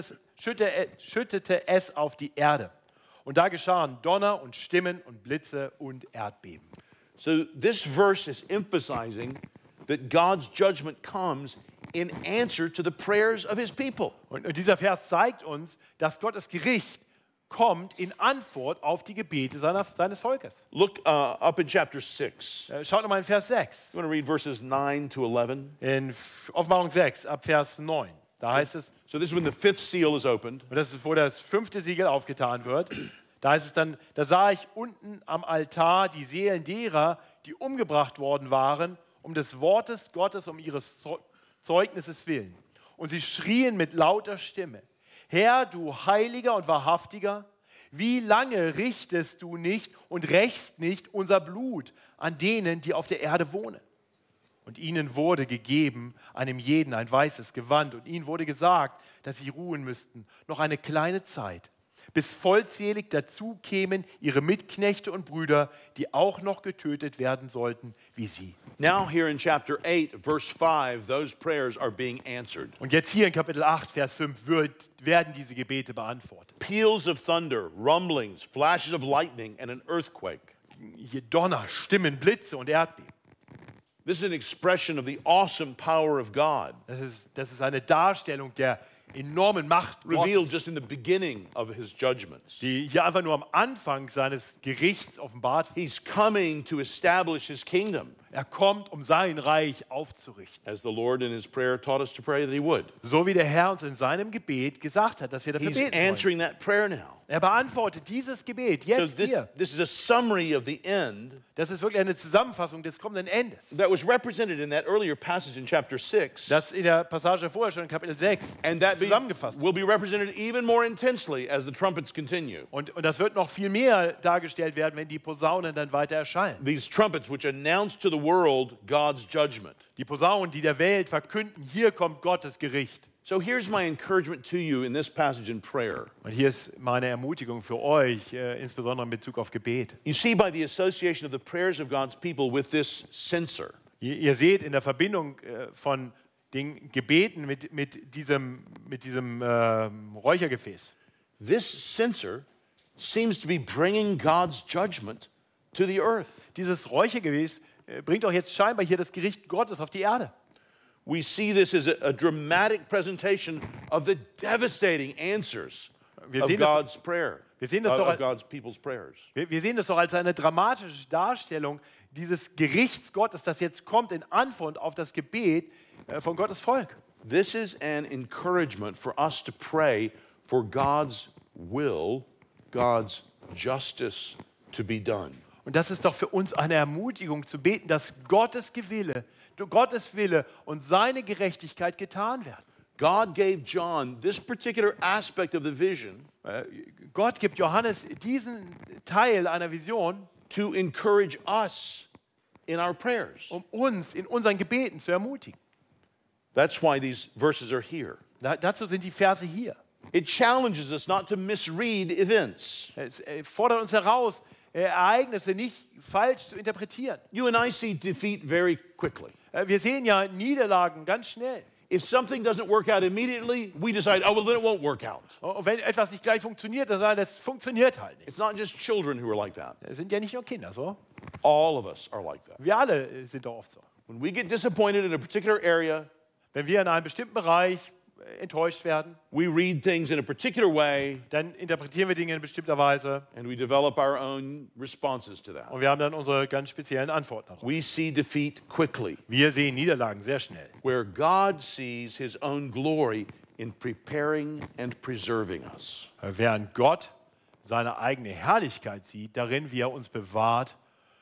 es auf die Erde. Und da geschahen Donner und Stimmen und Blitze und Erdbeben. So this verse is emphasizing that God's judgment comes in answer to the prayers of his people. Und dieser Vers zeigt uns, dass Gottes Gericht kommt in Antwort auf die Gebete seines Volkes. Look up in chapter 6. Schaut nochmal in Vers 6. You want to read verses 9 to 11? In Offenbarung 6, ab Vers 9. Da heißt es, So this is when the fifth seal is opened. und das ist, wo das 5. Siegel aufgetan wird, da heißt es dann, da sah ich unten am Altar die Seelen derer, die umgebracht worden waren, um des Wortes Gottes, um ihres Zeugnisses willen. Und sie schrien mit lauter Stimme, Herr, du Heiliger und Wahrhaftiger, wie lange richtest du nicht und rächst nicht unser Blut an denen, die auf der Erde wohnen? Und ihnen wurde gegeben, einem jeden ein weißes Gewand, und ihnen wurde gesagt, dass sie ruhen müssten, noch eine kleine Zeit, bis vollzählig dazu kämen ihre Mitknechte und Brüder, die auch noch getötet werden sollten, wie sie. Now here in chapter 8, verse 5, those prayers are being answered. Und jetzt hier in Kapitel 8, Vers 5 werden diese Gebete beantwortet. Peals of thunder, rumblings, flashes of lightning, and an earthquake. Hier Donner, Stimmen, Blitze und Erdbeben. This is an expression of the awesome power of God, Das ist eine Darstellung der enormen Macht revealed Gottes, just in the beginning of his judgments. die hier einfach nur am Anfang seines Gerichts offenbart wird. He's coming to establish his kingdom, Er kommt, um sein Reich aufzurichten. as the Lord in his prayer taught us to pray that he would. So wie der Herr uns in seinem Gebet gesagt hat, dass wir dafür He's beten sollen. answering that prayer now. Er beantwortet dieses Gebet So jetzt hier. this is a summary of the end Das ist wirklich eine Zusammenfassung des kommenden Endes. that was represented in that earlier passage in chapter 6. Das in der Passage vorher schon in Kapitel 6 And that zusammengefasst. will be represented even more intensely as the trumpets continue. Und das wird noch viel mehr dargestellt werden, wenn die Posaunen dann weiter erscheinen. These trumpets which announce to the world God's judgment. Die Posaunen, die der Welt verkünden, hier kommt Gottes Gericht. So here's my encouragement to you in this passage in prayer. Und hier ist meine Ermutigung für euch, insbesondere in Bezug auf Gebet. You see, by the association of the prayers of God's people with this censer, Ihr seht in der Verbindung von den Gebeten mit diesem Räuchergefäß. this censer seems to be bringing God's judgment to the earth. Dieses Räuchergefäß bringt doch jetzt scheinbar hier das Gericht Gottes auf die Erde. We see this as a dramatic presentation of the devastating answers Wir of sehen das- God's prayer, wir sehen das of doch als- God's people's prayers. Wir sehen das doch als eine dramatische Darstellung dieses Gerichts Gottes, das jetzt kommt in Antwort auf das Gebet von Gottes Volk. This is an encouragement for us to pray for God's will, God's justice to be done. Und das ist doch für uns eine Ermutigung zu beten, dass Gottes Wille und seine Gerechtigkeit getan werden. God gave John this particular aspect of the vision Gott gibt Johannes diesen Teil einer Vision, to encourage us in our prayers. um uns in unseren Gebeten zu ermutigen. That's why these verses are here. Dazu sind die Verse hier. It challenges us not to misread events. Es fordert uns heraus, Ereignisse nicht falsch zu interpretieren. You and I see defeat very quickly. Wir sehen ja Niederlagen ganz schnell. If something doesn't work out immediately, we decide, oh, well, then it won't work out. Und wenn etwas nicht gleich funktioniert, dann sagen wir, das funktioniert halt nicht. It's not just children who are like that. Das sind ja nicht nur Kinder, so. All of us are like that. Wir alle sind doch oft so. When we get disappointed in a particular area, Wenn wir in einem bestimmten Bereich enttäuscht werden, we read things in a particular way, dann interpretieren wir Dinge in bestimmter Weise and we develop our own responses to that. und wir haben dann unsere ganz speziellen Antworten darauf. We see defeat quickly, Wir sehen Niederlagen sehr schnell. where God sees his own glory in preparing and preserving us. Während Gott seine eigene Herrlichkeit sieht, darin, wie er uns bewahrt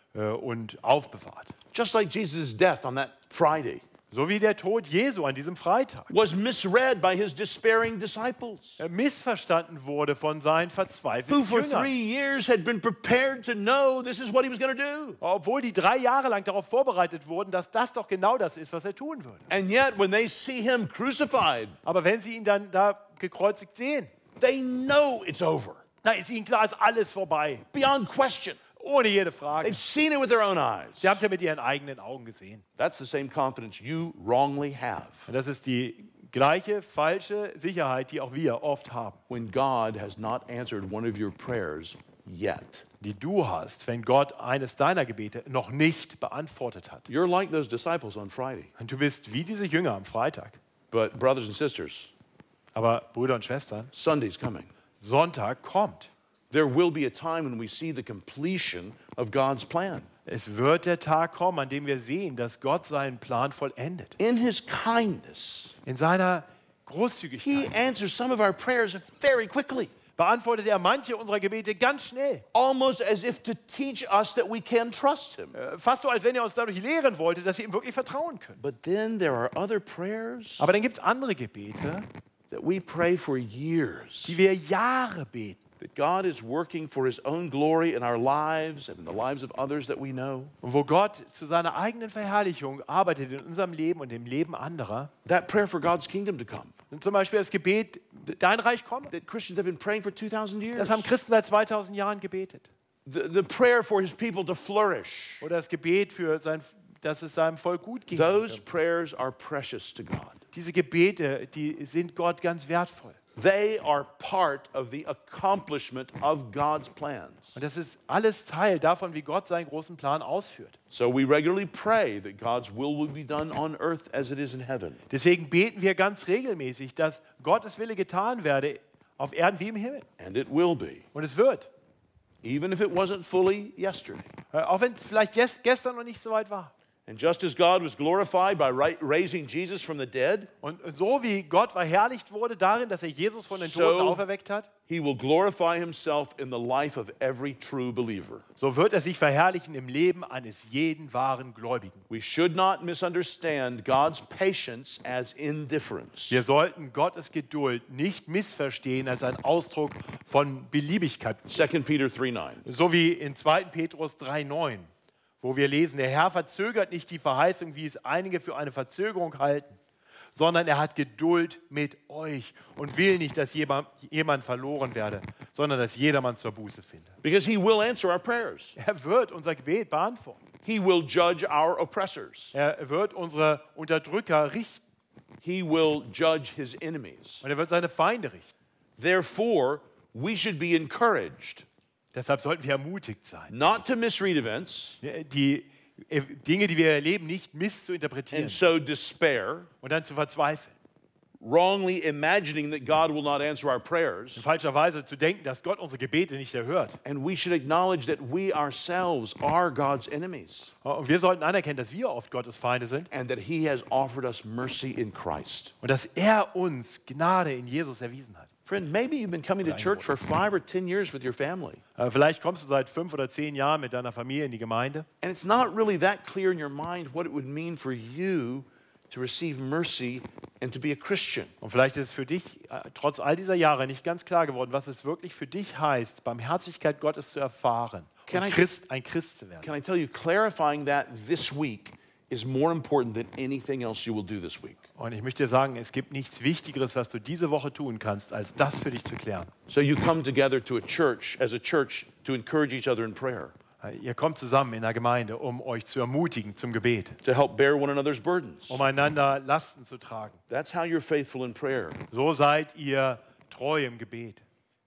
und aufbewahrt. Just like Jesus' death on that Friday So wie der Tod Jesu an diesem Freitag was misread by his despairing disciples, missverstanden wurde von seinen who verzweifelten for Jüngern. 3 years had been prepared to know this is what he was going to do. Obwohl die 3 Jahre lang darauf vorbereitet wurden, dass das doch genau das ist, was er tun würde. And yet, when they see him crucified, Aber wenn sie ihn dann da gekreuzigt sehen, they know it's over, da ist ihnen klar, ist alles vorbei. beyond question. Ohne jede Frage. They've seen it with their own eyes. Sie haben es ja mit ihren eigenen Augen gesehen. That's the same confidence you wrongly have Und das ist die gleiche falsche Sicherheit, die auch wir oft haben. when God has not answered one of your prayers yet. Die du hast, wenn Gott eines deiner Gebete noch nicht beantwortet hat. You're like those disciples on Friday. Und du bist wie diese Jünger am Freitag. But, brothers and sisters, Aber Brüder und Schwestern, Sunday's coming. Sonntag kommt. There will be a time when we see the completion of God's plan. Es wird der Tag kommen, an dem wir sehen, dass Gott seinen Plan vollendet. In his kindness, In seiner he Großzügigkeit answers some of our prayers very quickly, beantwortet er manche unserer Gebete ganz schnell. almost as if to teach us that we can trust him. Fast so, als wenn er uns dadurch lehren wollte, dass wir ihm wirklich vertrauen können. But then there are other prayers Aber dann gibt es andere Gebete, that we pray for years, die wir Jahre beten. that God is working for his own glory in our lives and in the lives of others that we know. Und wo Gott zu seiner eigenen Verherrlichung arbeitet in unserem Leben und im Leben anderer. That prayer for God's kingdom to come, Und zum Beispiel das Gebet, dein Reich komme. that Christians have been praying for 2,000 years. Das haben Christen seit 2000 Jahren gebetet. The prayer for his people to flourish. Oder das Gebet, dass es seinem Volk gut geht. Those prayers are precious to God. Diese Gebete, die sind Gott ganz wertvoll. They are part of the accomplishment of God's plans. Und das ist alles Teil davon, wie Gott seinen großen Plan ausführt. So we regularly pray that God's will be done on earth as it is in heaven. Deswegen beten wir ganz regelmäßig, dass Gottes Wille getan werde, auf Erden wie im Himmel. And it will be, Und es wird. even if it wasn't fully yesterday. Auch wenn es vielleicht gestern noch nicht so weit war. And just as God was glorified by raising Jesus from the dead, Und so wie Gott verherrlicht wurde darin, dass er Jesus von den Toten So- auferweckt hat, he will glorify himself in the life of every true believer. so wird er sich verherrlichen im Leben eines jeden wahren Gläubigen. We should not misunderstand God's patience as indifference. Wir sollten Gottes Geduld nicht missverstehen als einen Ausdruck von Beliebigkeit. 2 Peter 3:9. So wie in 2. Petrus 3,9, wo wir lesen, der Herr verzögert nicht die Verheißung, wie es einige für eine Verzögerung halten, sondern er hat Geduld mit euch und will nicht, dass jemand verloren werde, sondern dass jedermann zur Buße finde. Because he will answer our prayers. Er wird unser Gebet beantworten. He will judge our oppressors. Er wird unsere Unterdrücker richten He will judge his enemies. und er wird seine Feinde richten. Therefore, we should be encouraged Deshalb sollten wir ermutigt sein, not to misread events die Dinge, die wir erleben, nicht misszuinterpretieren and so despair, und dann zu verzweifeln. wrongly imagining that God will not answer our prayers. In falscher Weise zu denken, dass Gott unsere Gebete nicht erhört. And we should acknowledge that we ourselves are God's enemies Und wir sollten anerkennen, dass wir oft Gottes Feinde sind and that he has offered us mercy in Christ. und dass er uns Gnade in Jesus erwiesen hat. Friend, maybe you've been coming to church for 5 or 10 years with your family, Vielleicht kommst du seit 5 oder 10 Jahren mit deiner Familie in die Gemeinde and it's not really that clear in your mind what it would mean for you to receive mercy and to be a Christian. und vielleicht ist es für dich trotz all dieser Jahre nicht ganz klar geworden, was es wirklich für dich heißt, Barmherzigkeit Gottes zu erfahren und ein Christ zu werden. Can I tell you, clarifying that this week is more important than anything else you will do this week. Und ich möchte dir sagen, es gibt nichts Wichtigeres, was du diese Woche tun kannst, als das für dich zu klären. So you come together to a church, as a church, to encourage each other in prayer, Ihr kommt zusammen in der Gemeinde, um euch zu ermutigen zum Gebet, to help bear one another's burdens. um einander Lasten zu tragen. That's how you're faithful in prayer So seid ihr treu im Gebet,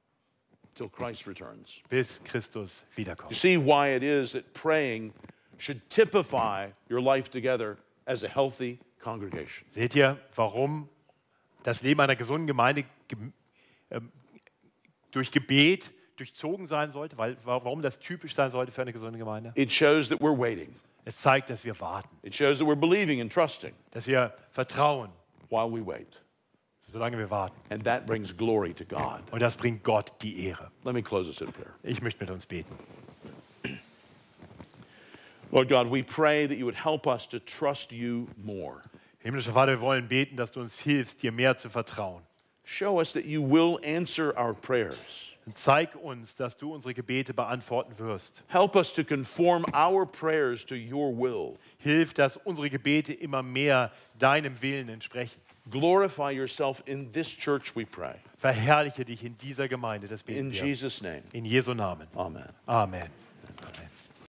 till Christ returns. bis Christus You wiederkommt. see why it is that praying should typify your life together as a healthy congregation. Seht ihr, warum das Leben einer gesunden Gemeinde durch Gebet durchzogen sein sollte? Warum das typisch sein sollte für eine gesunde Gemeinde? It shows that we're waiting. Es zeigt, dass wir warten, It shows that we're believing and trusting dass wir vertrauen, while we wait. solange wir warten. And that brings glory to God. Und das bringt Gott die Ehre. Let me close this in prayer. Ich möchte mit uns beten. Lord God, we pray that you would help us to trust you more. Himmlischer Vater, wir wollen beten, dass du uns hilfst, dir mehr zu vertrauen. Show us that you will answer our prayers. Und zeig uns, dass du unsere Gebete beantworten wirst. Help us to conform our prayers to your will. Hilf, dass unsere Gebete immer mehr deinem Willen entsprechen. Glorify yourself in this church, we pray. Verherrliche dich in dieser Gemeinde, das beten In wir. Jesus' name. In Jesu Namen. Amen. Amen. Amen.